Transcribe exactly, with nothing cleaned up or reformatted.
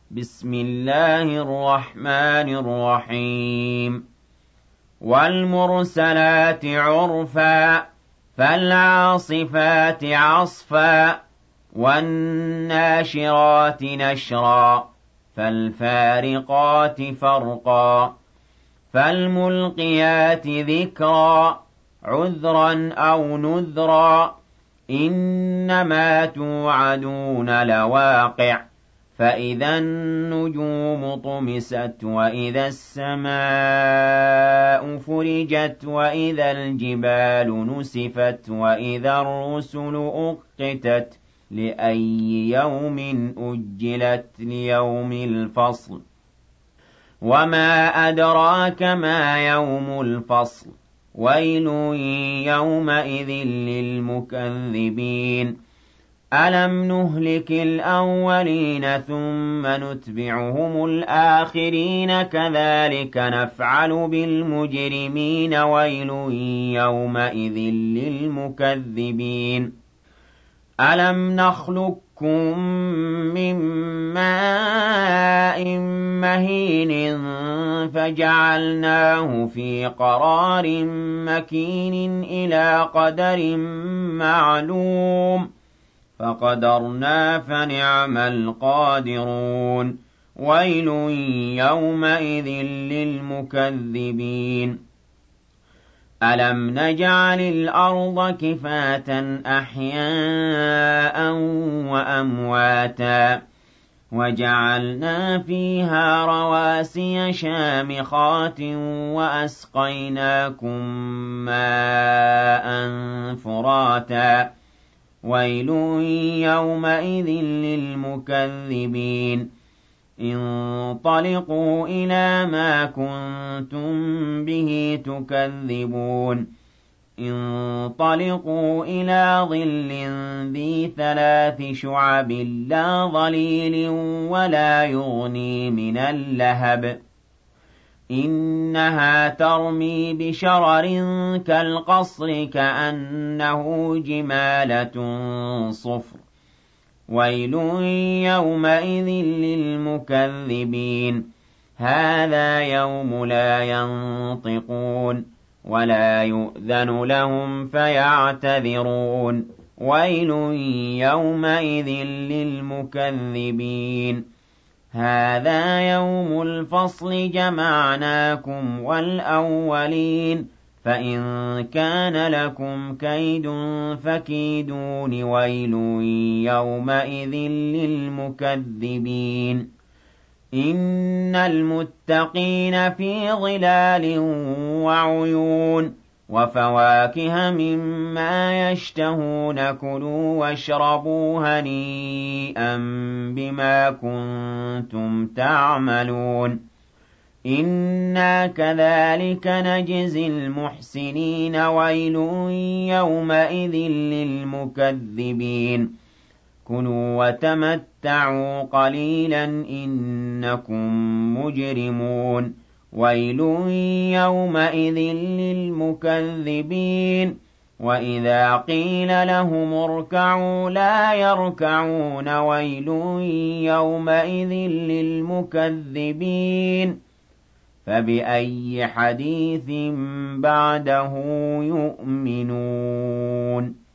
بسم الله الرحمن الرحيم والمرسلات عرفا فالعاصفات عصفا والناشرات نشرا فالفارقات فرقا فالملقيات ذكرا عذرا أو نذرا إنما توعدون لواقع فإذا النجوم طمست وإذا السماء فرجت وإذا الجبال نسفت وإذا الرسل أقتت لأي يوم أجلت ليوم الفصل وما أدراك ما يوم الفصل ويل يومئذ للمكذبين ألم نهلك الأولين ثم نتبعهم الآخرين كذلك نفعل بالمجرمين ويل يومئذ للمكذبين ألم نخلقكم من ماء مهين فجعلناه في قرار مكين إلى قدر معلوم فقدرنا فنعم القادرون ويل يومئذ للمكذبين ألم نجعل الأرض كفاة أحياء وأمواتا وجعلنا فيها رواسي شامخات وأسقيناكم ماء فراتا ويل يومئذ للمكذبين انطلقوا إلى ما كنتم به تكذبون انطلقوا إلى ظل ذي ثلاث شعب لا ظليل ولا يغني من اللهب إنها ترمي بشرر كالقصر كأنه جمالة صفر ويل يومئذ للمكذبين هذا يوم لا ينطقون ولا يؤذن لهم فيعتذرون ويل يومئذ للمكذبين هذا يوم الفصل جمعناكم والأولين فإن كان لكم كيد فكيدون ويل يومئذ للمكذبين إن المتقين في ظلال وعيون وفواكه مما يشتهون كلوا واشربوا هنيئا بما كنتم تعملون إنا كذلك نجزي المحسنين ويل يومئذ للمكذبين كلوا وتمتعوا قليلا إنكم مجرمون ويل يومئذ للمكذبين وإذا قيل لهم اركعوا لا يركعون ويل يومئذ للمكذبين فبأي حديث بعده يؤمنون